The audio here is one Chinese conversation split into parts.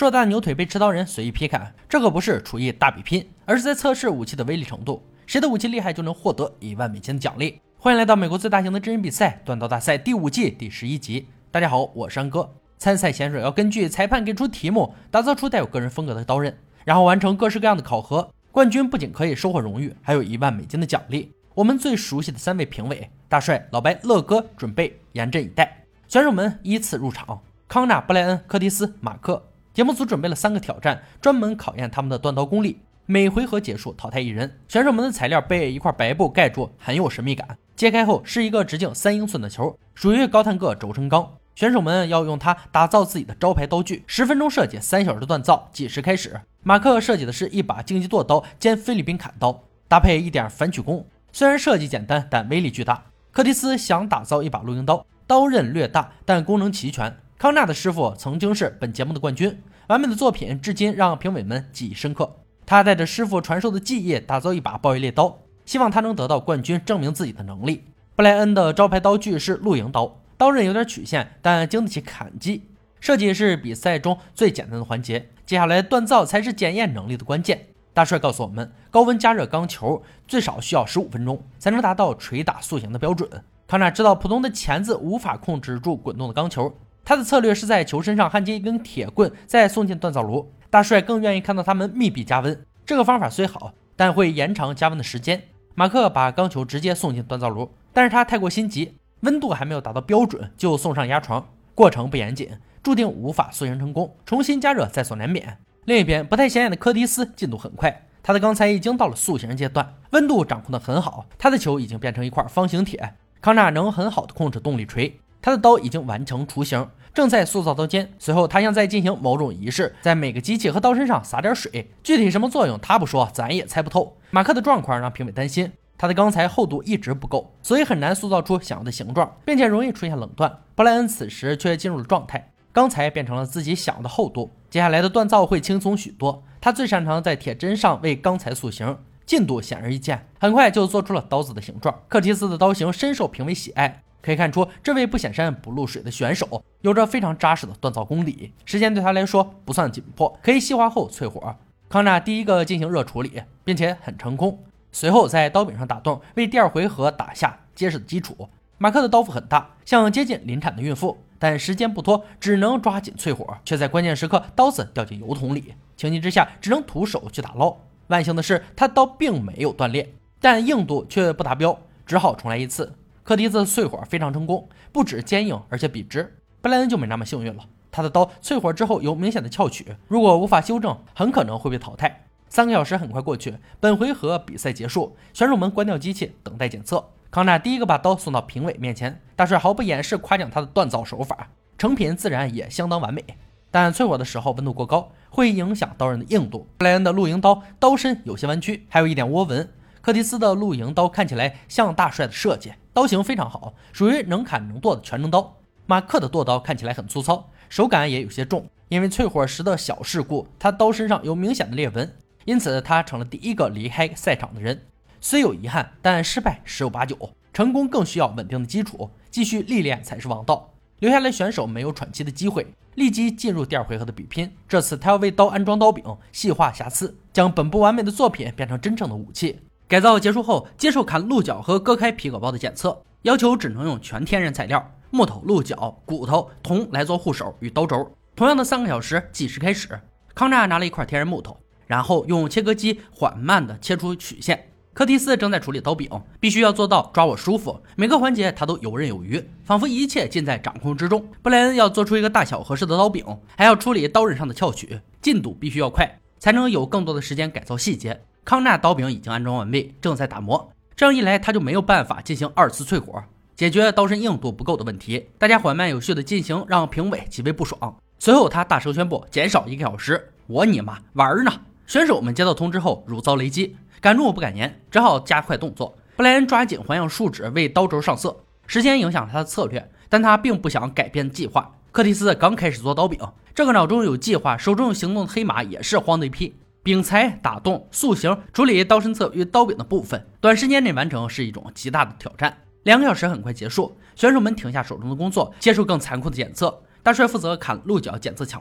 硕大的牛腿被持刀人随意劈砍，这可不是厨艺大比拼，而是在测试武器的威力程度，谁的武器厉害就能获得1万美金的奖励。欢迎来到美国最大型的真人比赛锻刀大赛第5季第11集。大家好，我是安哥。参赛选手要根据裁判给出题目，打造出带有个人风格的刀刃，然后完成各式各样的考核。冠军不仅可以收获荣誉，还有1万美金的奖励。我们最熟悉的3位评委大帅、老白、乐哥准备严阵以待。选手们依次入场：康纳、布莱恩、柯蒂斯、马克。节目组准备了3个挑战，专门考验他们的锻刀功力。每回合结束淘汰1人。选手们的材料被一块白布盖住，很有神秘感。揭开后是一个直径3英寸的球，属于高碳铬轴承钢。选手们要用它打造自己的招牌刀具，10分钟设计，3小时锻造，计时开始。马克设计的是一把竞技剁刀兼菲律宾砍刀，搭配一点反曲弓，虽然设计简单，但威力巨大。柯蒂斯想打造一把露营刀，刀刃略大，但功能齐全。康纳的师傅曾经是本节目的冠军，完美的作品至今让评委们记忆深刻。他带着师傅传授的技艺打造一把暴力猎刀，希望他能得到冠军，证明自己的能力。布莱恩的招牌刀具是露营刀，刀刃有点曲线，但经得起砍击。设计是比赛中最简单的环节，接下来锻造才是检验能力的关键。大帅告诉我们，高温加热钢球最少需要15分钟，才能达到捶打塑形的标准。康纳知道普通的钳子无法控制住滚动的钢球，他的策略是在球身上焊接一根铁棍，再送进锻造炉。大帅更愿意看到他们密闭加温，这个方法虽好，但会延长加温的时间。马克把钢球直接送进锻造炉，但是他太过心急，温度还没有达到标准就送上压床，过程不严谨，注定无法塑形成功，重新加热在所难免。另一边不太显眼的柯蒂斯进度很快，他的钢材已经到了塑形阶段，温度掌控得很好，他的球已经变成一块方形铁。康纳能很好的控制动力锤，他的刀已经完成雏形，正在塑造刀尖。随后他像在进行某种仪式，在每个机器和刀身上撒点水，具体什么作用他不说，咱也猜不透。马克的状况让评委担心，他的钢材厚度一直不够，所以很难塑造出想要的形状，并且容易出现冷断。布莱恩此时却进入了状态，钢材变成了自己想要的厚度，接下来的锻造会轻松许多。他最擅长在铁针上为钢材塑形，进度显而易见，很快就做出了刀子的形状。柯蒂斯的刀型深受评委喜爱，可以看出这位不显山不露水的选手有着非常扎实的锻造功底，时间对他来说不算紧迫，可以细化后淬火。康纳第一个进行热处理，并且很成功，随后在刀柄上打洞，为第2回合打下结实的基础。马克的刀斧很大，像接近临产的孕妇，但时间不拖，只能抓紧淬火，却在关键时刻刀子掉进油桶里，情急之下只能徒手去打捞。万幸的是他的刀并没有断裂，但硬度却不达标，只好重来一次。柯蒂斯的淬火非常成功，不止坚硬而且笔直。布莱恩就没那么幸运了，他的刀淬火之后有明显的翘曲，如果无法修正，很可能会被淘汰。3个小时很快过去，本回合比赛结束，选手们关掉机器等待检测。康纳第一个把刀送到评委面前，大帅毫不掩饰夸奖他的锻造手法，成品自然也相当完美。但淬火的时候温度过高，会影响刀刃的硬度。布莱恩的露营刀刀身有些弯曲，还有一点涡纹。柯蒂斯的露营刀看起来像大帅的设计，刀型非常好，属于能砍能剁的全能刀。马克的剁刀看起来很粗糙，手感也有些重，因为淬火时的小事故，他刀身上有明显的裂纹，因此他成了第一个离开赛场的人。虽有遗憾，但失败十有八九，成功更需要稳定的基础，继续历练才是王道。留下来选手没有喘气的机会，立即进入第2回合的比拼。这次他要为刀安装刀柄，细化瑕疵，将本不完美的作品变成真正的武器。改造结束后，接受砍鹿角和割开皮革包的检测，要求只能用全天然材料，木头、鹿角、骨头、铜来做护手与刀轴。同样的3个小时，计时开始。康纳拿了一块天然木头，然后用切割机缓慢地切出曲线。柯蒂斯正在处理刀柄，必须要做到抓握舒服，每个环节他都游刃有余，仿佛一切尽在掌控之中。布莱恩要做出一个大小合适的刀柄，还要处理刀刃上的翘曲，进度必须要快，才能有更多的时间改造细节。康纳刀柄已经安装完毕，正在打磨，这样一来他就没有办法进行2次淬火，解决刀身硬度不够的问题。大家缓慢有序的进行，让评委极为不爽。随后他大声宣布减少1个小时，我你妈玩呢！选手们接到通知后如遭雷击，敢怒不敢言，只好加快动作。布莱恩抓紧还原树脂为刀轴上色，时间影响了他的策略，但他并不想改变计划。柯蒂斯刚开始做刀柄，这个脑中有计划手中有行动的黑马也是慌的一批。柄材、打洞、塑形、处理刀身侧与刀柄的部分，短时间内完成是一种极大的挑战。2个小时很快结束，选手们停下手中的工作，接受更残酷的检测。大帅负责砍鹿角检测强度，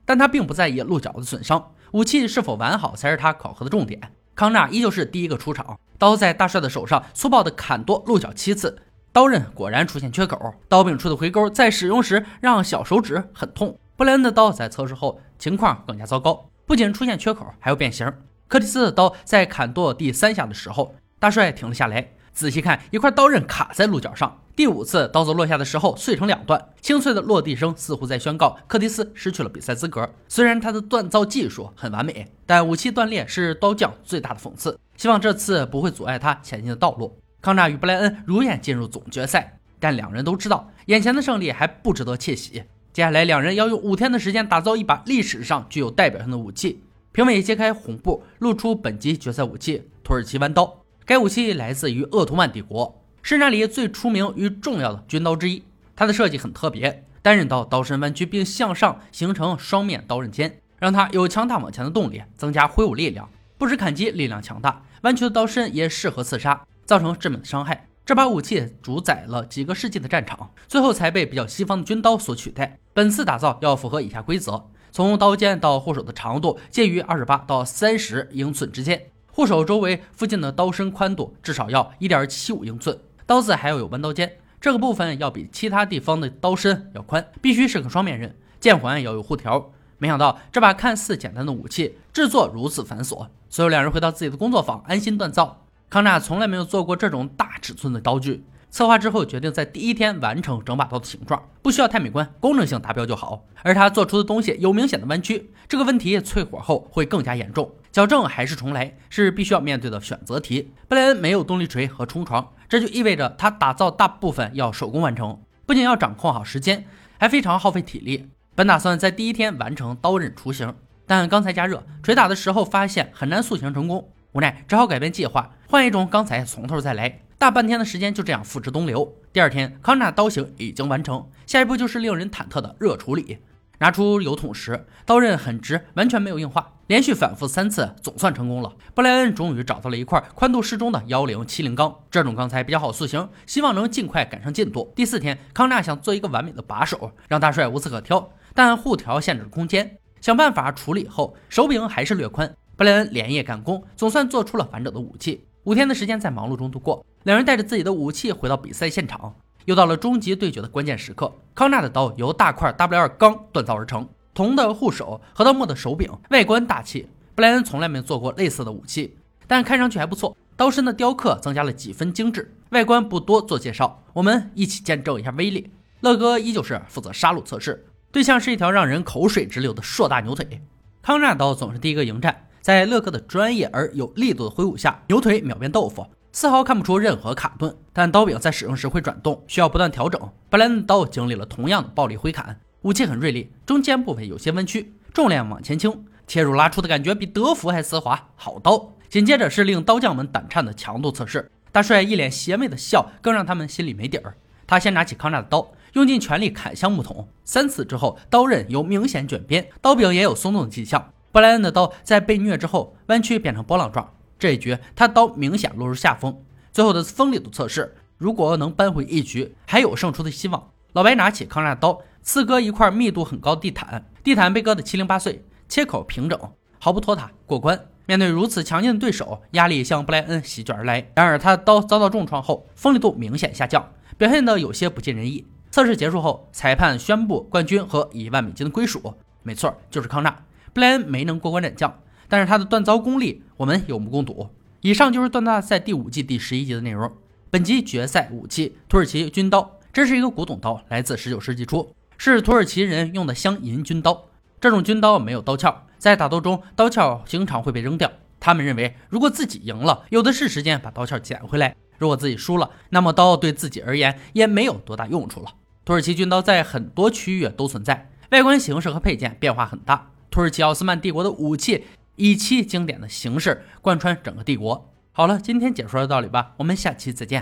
但他并不在意鹿角的损伤，武器是否完好才是他考核的重点。康纳依旧是第一个出场，刀在大帅的手上粗暴地砍剁鹿角7次，刀刃果然出现缺口，刀柄处的回钩在使用时让小手指很痛。布莱恩的刀在测试后情况更加糟糕，不仅出现缺口，还有变形。柯蒂斯的刀在砍剁第3下的时候，大帅停了下来，仔细看，一块刀刃卡在鹿角上。第5次刀子落下的时候碎成2段，清脆的落地声似乎在宣告柯蒂斯失去了比赛资格。虽然他的锻造技术很完美，但武器断裂是刀匠最大的讽刺，希望这次不会阻碍他前进的道路。康纳与布莱恩如愿进入总决赛，但两人都知道眼前的胜利还不值得窃喜。接下来两人要用5天的时间打造一把历史上具有代表性的武器。评委揭开红布，露出本集决赛武器土耳其弯刀。该武器来自于鄂图曼帝国，是那里最出名与重要的军刀之一。它的设计很特别，单刃刀刀身弯曲并向上形成双面刀刃尖，让它有强大往前的动力，增加挥舞力量。不止砍击力量强大，弯曲的刀身也适合刺杀，造成致命的伤害。这把武器主宰了几个世纪的战场，最后才被比较西方的军刀所取代。本次打造要符合以下规则：从刀尖到护手的长度介于28到30英寸之间，护手周围附近的刀身宽度至少要 1.75 英寸，刀子还要有弯刀尖，这个部分要比其他地方的刀身要宽，必须是个双面刃，剑环要有护条。没想到这把看似简单的武器制作如此繁琐，所有两人回到自己的工作坊安心锻造。康纳从来没有做过这种大尺寸的刀具，策划之后决定在第1天完成整把刀的形状，不需要太美观，功能性达标就好。而他做出的东西有明显的弯曲，这个问题淬火后会更加严重，矫正还是重来是必须要面对的选择题。布莱恩没有动力锤和冲床，这就意味着他打造大部分要手工完成，不仅要掌控好时间，还非常耗费体力。本打算在第1天完成刀刃雏形，但刚才加热锤打的时候发现很难塑形成功，无奈只好改变计划，换一种钢材从头再来。大半天的时间就这样付之东流。第2天，康纳刀型已经完成，下一步就是令人忐忑的热处理。拿出油桶时，刀刃很直，完全没有硬化，连续反复3次，总算成功了。布莱恩终于找到了一块宽度适中的1070钢，这种钢材比较好塑形，希望能尽快赶上进度。第4天，康纳想做一个完美的把手，让大帅无刺可挑，但护条限制了空间，想办法处理后，手柄还是略宽。布莱恩连夜赶工，总算做出了完整的武器。5天的时间在忙碌中度过，两人带着自己的武器回到比赛现场。又到了终极对决的关键时刻，康纳的刀由大块 W2 钢锻造而成，铜的护手和到墨的手柄，外观大气。布莱恩从来没有做过类似的武器，但看上去还不错。刀身的雕刻增加了几分精致，外观不多做介绍，我们一起见证一下威力。乐哥依旧是负责杀戮测试，对象是一条让人口水直流的硕大牛腿。康纳刀总是第一个迎战，在乐哥的专业而有力度的挥舞下，牛腿秒变豆腐，丝毫看不出任何卡顿，但刀柄在使用时会转动，需要不断调整。布莱恩的刀经历了同样的暴力挥砍，武器很锐利，中间部分有些弯曲，重量往前倾，切入拉出的感觉比德芙还丝滑，好刀。紧接着是令刀匠们胆颤的强度测试，大帅一脸邪魅的笑，更让他们心里没底儿。他先拿起康纳的刀，用尽全力砍向木桶，3次之后，刀刃有明显卷边，刀柄也有松动的迹象。布莱恩的刀在被虐之后弯曲变成波浪状，这一局他刀明显落入下风。最后的锋利度测试，如果能扳回一局，还有胜出的希望。老白拿起康纳的刀，刺割一块密度很高的地毯，地毯被割得七零八碎，切口平整，毫不拖沓，过关。面对如此强劲的对手，压力向布莱恩席卷而来。然而他的刀遭到重创后，锋利度明显下降，表现得有些不尽人意。测试结束后，裁判宣布冠军和1万美金的归属，没错，就是康纳。布莱恩没能过关斩将，但是他的锻造功力我们有目共睹。以上就是锻造大赛第5季第11集的内容。本集决赛武器土耳其军刀，这是一个古董刀，来自19世纪初，是土耳其人用的镶银军刀。这种军刀没有刀鞘，在打斗中刀鞘经常会被扔掉。他们认为如果自己赢了，有的是时间把刀鞘捡回来，如果自己输了，那么刀对自己而言也没有多大用处了。土耳其军刀在很多区域都存在，外观形式和配件变化很大。土耳其奥斯曼帝国的武器以其经典的形式贯穿整个帝国。好了，今天解说到这里吧，我们下期再见。